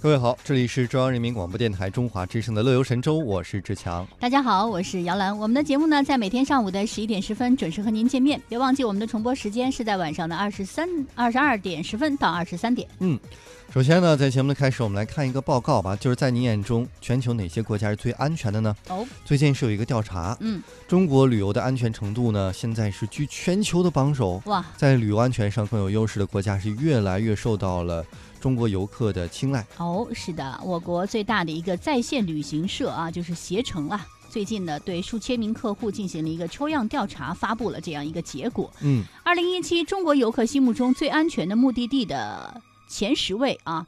各位好，这里是中央人民广播电台中华之声的乐游神州，我是志强。 大家好，我是姚兰。我们的节目呢，在每天上午的11点10分准时和您见面。别忘记我们的重播时间是在晚上的22点10分到23点。 首先呢，在节目的开始，我们来看一个报告吧，就是在您眼中，全球哪些国家是最安全的呢？最近是有一个调查，中国旅游的安全程度呢，现在是居全球的榜首。哇，在旅游安全上更有优势的国家是越来越受到了中国游客的青睐。 是的，我国最大的一个在线旅行社啊，就是携程啊。最近呢，对数千名客户进行了一个抽样调查，发布了这样一个结果。2017中国游客心目中最安全的目的地的前10位啊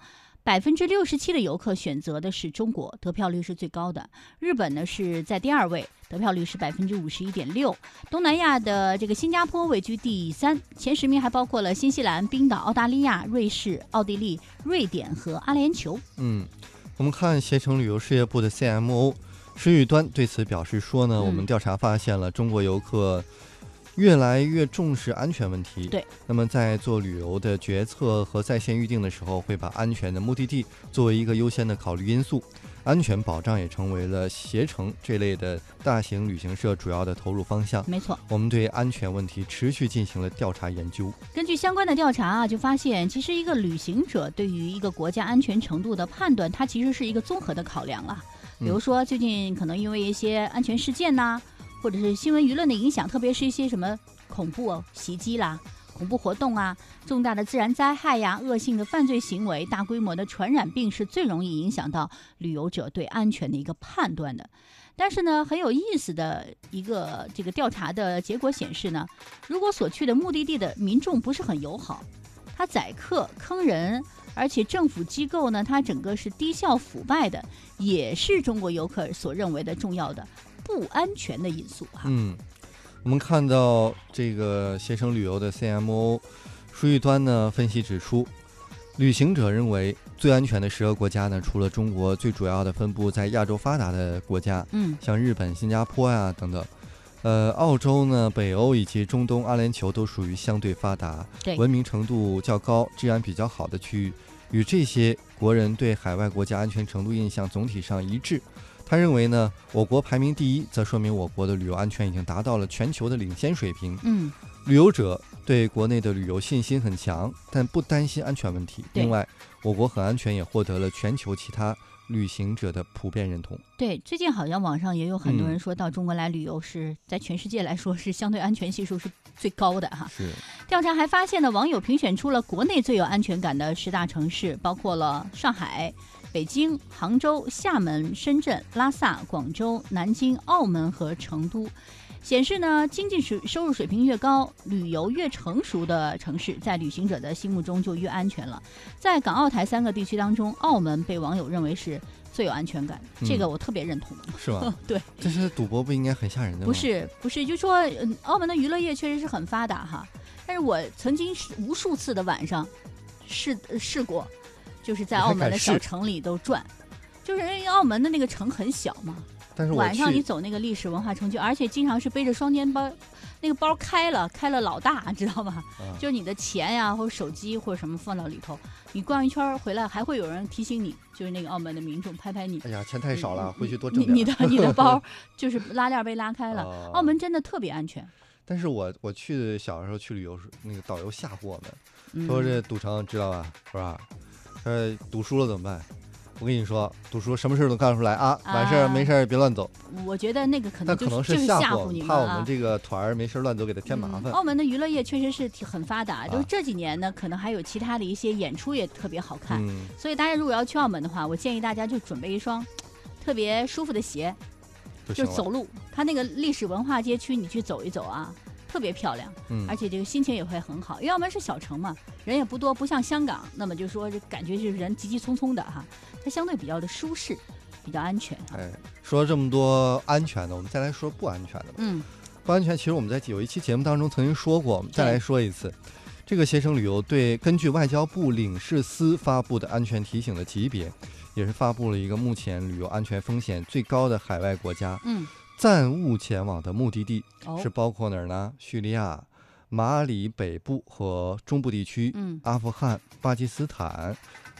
，67%的游客选择的是中国，得票率是最高的。日本呢是在第2位，得票率是51.6%。东南亚的这个新加坡位居第3，前10名还包括了新西兰、冰岛、澳大利亚、瑞士、奥地利、瑞典和阿联酋。 我们看携程旅游事业部的 CMO 石宇端对此表示说呢，我们调查发现了中国游客越来越重视安全问题。 对， 那么在做旅游的决策和在线预定的时候，会把安全的目的地作为一个优先的考虑因素。安全保障也成为了携程这类的大型旅行社主要的投入方向。 没错， 我们对安全问题持续进行了调查研究。 根据相关的调查啊，就发现其实一个旅行者对于一个国家安全程度的判断，它其实是一个综合的考量了。比如说最近可能因为一些安全事件呐，或者是新闻舆论的影响，特别是一些什么恐怖袭击啦、恐怖活动啊、重大的自然灾害呀、恶性的犯罪行为、大规模的传染病，是最容易影响到旅游者对安全的一个判断的。但是呢，很有意思的一个这个调查的结果显示呢，如果所去的目的地的民众不是很友好，他宰客坑人，而且政府机构呢，它整个是低效腐败的，也是中国游客所认为的重要的不安全的因素哈。 我们看到这个携程旅游的 CMO 数据端呢分析指出，旅行者认为最安全的10个国家呢，除了中国，最主要的分布在亚洲发达的国家，像日本、新加坡呀等等。澳洲呢、北欧以及中东、阿联酋都属于相对发达、文明程度较高、治安比较好的区域，与这些国人对海外国家安全程度印象总体上一致。他认为呢，我国排名第1，则说明我国的旅游安全已经达到了全球的领先水平。旅游者对国内的旅游信心很强，但不担心安全问题。另外，我国很安全也获得了全球其他旅行者的普遍认同。 对，最近好像网上也有很多人说到中国来旅游是在全世界来说是相对安全系数是最高的哈。 是。 调查还发现呢，网友评选出了国内最有安全感的10大城市，包括了上海、北京、杭州、厦门、深圳、拉萨、广州、南京、澳门和成都。显示呢，经济收入水平越高，旅游越成熟的城市，在旅行者的心目中就越安全了。在港澳台3个地区当中，澳门被网友认为是最有安全感，这个我特别认同。 是吗？ 对。 但是赌博不应该很吓人的吗？ 不是，就说澳门的娱乐业确实是很发达哈。但是我曾经无数次的晚上试过，就是在澳门的小城里都转，就是因为澳门的那个城很小嘛。 但是晚上你走那个历史文化城区，而且经常是背着双肩包，那个包开了老大，知道吗？就是你的钱呀，或者手机或者什么放到里头，你逛一圈回来，还会有人提醒你，就是那个澳门的民众拍拍你。 哎呀，钱太少了，回去多挣点。 你的包就是拉链被拉开了，澳门真的特别安全。 但是我去小时候去旅游，那个导游吓唬我们，说这赌城知道吧，是吧？赌输了怎么办？我跟你说，赌输什么事都干出来啊！完事没事别乱走。 我觉得那个可能就是吓唬你们， 怕我们这个团没事乱走，给他添麻烦。 澳门的娱乐业确实是很发达，就是这几年呢，可能还有其他的一些演出也特别好看。所以大家如果要去澳门的话，我建议大家就准备一双特别舒服的鞋，就是走路。它那个历史文化街区，你去走一走啊。特别漂亮，而且这个心情也会很好。因为澳门是小城嘛，人也不多，不像香港，那么就说这感觉是人急急匆匆的哈，它相对比较的舒适，比较安全。 说了这么多安全的，我们再来说不安全的吧。不安全，其实我们在有一期节目当中曾经说过，我们再来说一次。这个携程旅游根据外交部领事司发布的安全提醒的级别，也是发布了一个目前旅游安全风险最高的海外国家。暂勿前往的目的地是包括哪儿呢？叙利亚、马里北部和中部地区、阿富汗、巴基斯坦，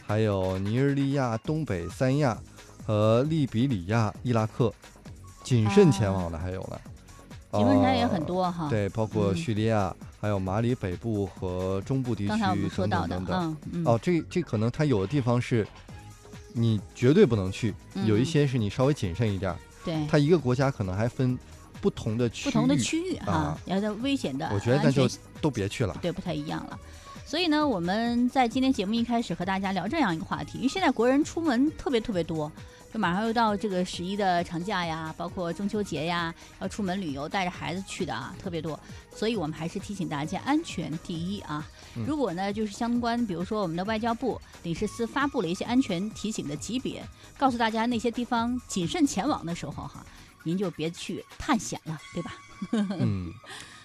还有尼日利亚、东北三亚和利比里亚、伊拉克，谨慎前往的还有呢。 吉布山也很多哈， 对，包括叙利亚，还有马里北部和中部地区刚才我们说到的， 等等。哦，这可能它有的地方是你绝对不能去，有一些是你稍微谨慎一点。 对， 它一个国家可能还分不同的区域哈，要在危险的， 我觉得那就都别去了， 对，不太一样了。所以呢，我们在今天节目一开始和大家聊这样一个话题，因为现在国人出门特别多，就马上又到这个11的长假呀，包括中秋节呀，要出门旅游带着孩子去的啊，特别多。所以我们还是提醒大家安全第一啊。如果呢就是相关，比如说我们的外交部领事司发布了一些安全提醒的级别，告诉大家那些地方谨慎前往的时候哈，您就别去探险了，对吧？